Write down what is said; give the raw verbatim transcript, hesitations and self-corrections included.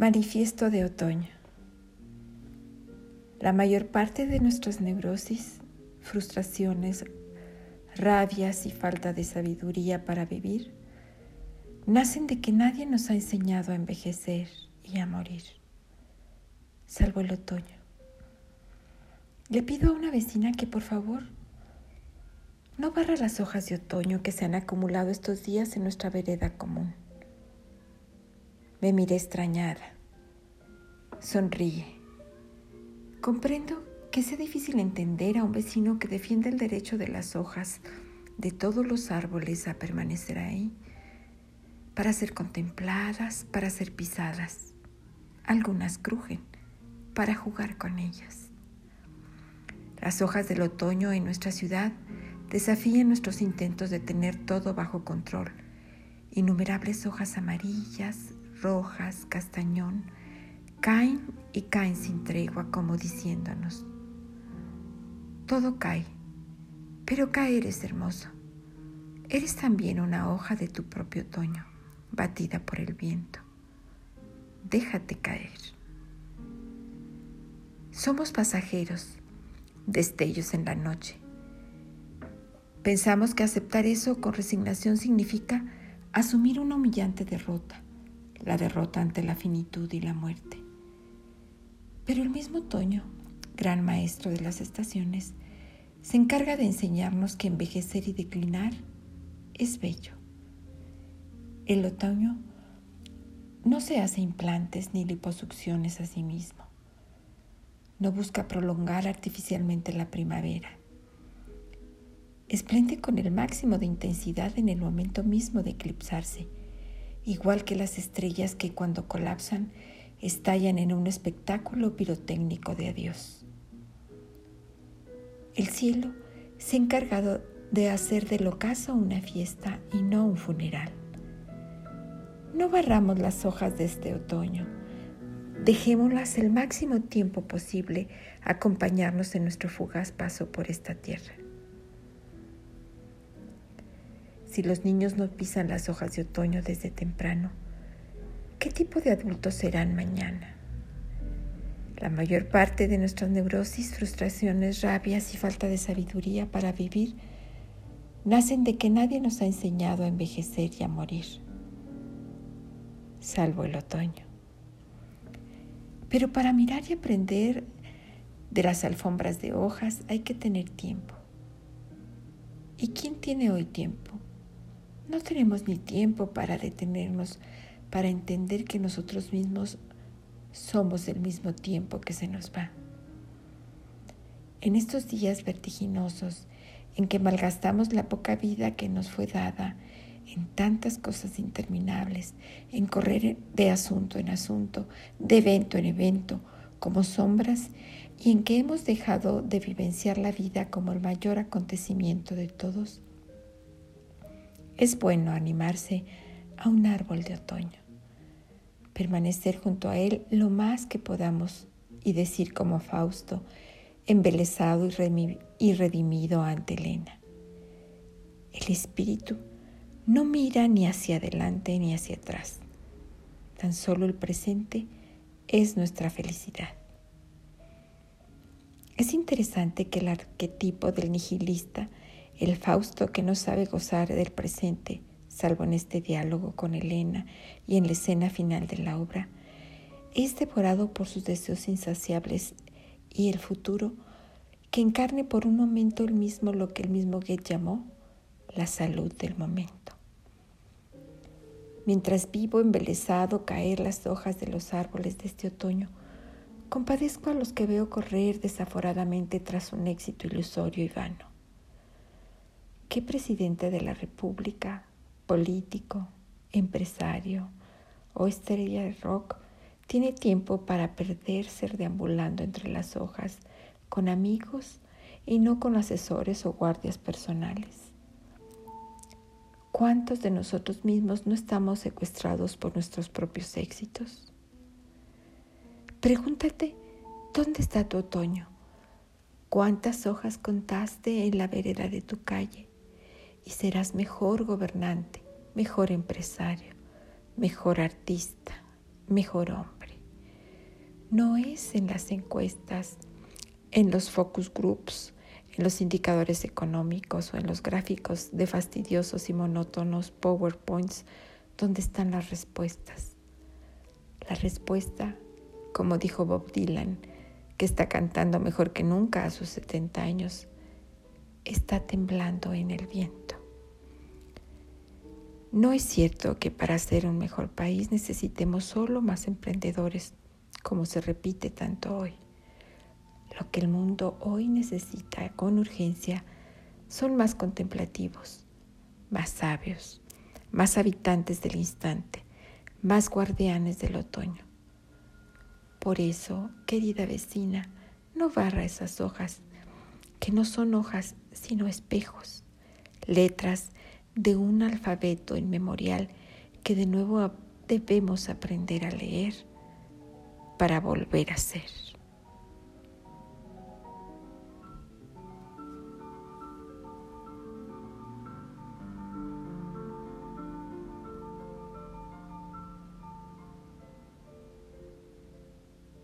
Manifiesto de otoño. La mayor parte de nuestras neurosis, frustraciones, rabias y falta de sabiduría para vivir nacen de que nadie nos ha enseñado a envejecer y a morir, salvo el otoño. Le pido a una vecina que por favor no barra las hojas de otoño que se han acumulado estos días en nuestra vereda común. Me miré extrañada. Sonríe. Comprendo que sea difícil entender a un vecino que defiende el derecho de las hojas de todos los árboles a permanecer ahí, para ser contempladas, para ser pisadas. Algunas crujen para jugar con ellas. Las hojas del otoño en nuestra ciudad desafían nuestros intentos de tener todo bajo control. Innumerables hojas amarillas, rojas, castañón, caen y caen sin tregua, como diciéndonos: todo cae, pero caer es hermoso. Eres también una hoja de tu propio otoño, batida por el viento. Déjate caer. Somos pasajeros, destellos en la noche. Pensamos que aceptar eso con resignación significa asumir una humillante derrota, la derrota ante la finitud y la muerte. Pero el mismo otoño, gran maestro de las estaciones, se encarga de enseñarnos que envejecer y declinar es bello. El otoño no se hace implantes ni liposucciones a sí mismo. No busca prolongar artificialmente la primavera. Esplende con el máximo de intensidad en el momento mismo de eclipsarse, igual que las estrellas que cuando colapsan estallan en un espectáculo pirotécnico de adiós. El cielo se ha encargado de hacer del ocaso una fiesta y no un funeral. No barramos las hojas de este otoño. Dejémoslas el máximo tiempo posible acompañarnos en nuestro fugaz paso por esta tierra. Si los niños no pisan las hojas de otoño desde temprano, ¿qué tipo de adultos serán mañana? La mayor parte de nuestras neurosis, frustraciones, rabias y falta de sabiduría para vivir nacen de que nadie nos ha enseñado a envejecer y a morir, salvo el otoño. Pero para mirar y aprender de las alfombras de hojas hay que tener tiempo. ¿Y quién tiene hoy tiempo? No tenemos ni tiempo para detenernos, para entender que nosotros mismos somos del mismo tiempo que se nos va. En estos días vertiginosos, en que malgastamos la poca vida que nos fue dada en tantas cosas interminables, en correr de asunto en asunto, de evento en evento, como sombras, y en que hemos dejado de vivenciar la vida como el mayor acontecimiento de todos, es bueno animarse a un árbol de otoño, permanecer junto a él lo más que podamos y decir como Fausto, embelesado y redimido ante Helena: el espíritu no mira ni hacia adelante ni hacia atrás. Tan solo el presente es nuestra felicidad. Es interesante que el arquetipo del nihilista, el Fausto que no sabe gozar del presente, salvo en este diálogo con Helena y en la escena final de la obra, es devorado por sus deseos insaciables y el futuro, que encarne por un momento el mismo lo que el mismo Goethe llamó la salud del momento. Mientras vivo embelesado caer las hojas de los árboles de este otoño, compadezco a los que veo correr desaforadamente tras un éxito ilusorio y vano. ¿Qué presidente de la República, político, empresario o estrella de rock tiene tiempo para perderse deambulando entre las hojas con amigos y no con asesores o guardias personales? ¿Cuántos de nosotros mismos no estamos secuestrados por nuestros propios éxitos? Pregúntate, ¿dónde está tu otoño? ¿Cuántas hojas contaste en la vereda de tu calle? Y serás mejor gobernante, mejor empresario, mejor artista, mejor hombre. no es en las encuestas, en los focus groups, en los indicadores económicos o en los gráficos de fastidiosos y monótonos PowerPoints donde están las respuestas. La respuesta, como dijo Bob Dylan, que está cantando mejor que nunca a sus setenta años, está temblando en el viento. No es cierto que para ser un mejor país necesitemos solo más emprendedores, como se repite tanto hoy. Lo que el mundo hoy necesita con urgencia son más contemplativos, más sabios, más habitantes del instante, más guardianes del otoño. Por eso, querida vecina, no barra esas hojas, que no son hojas sino espejos, letras de un alfabeto inmemorial que de nuevo debemos aprender a leer para volver a ser.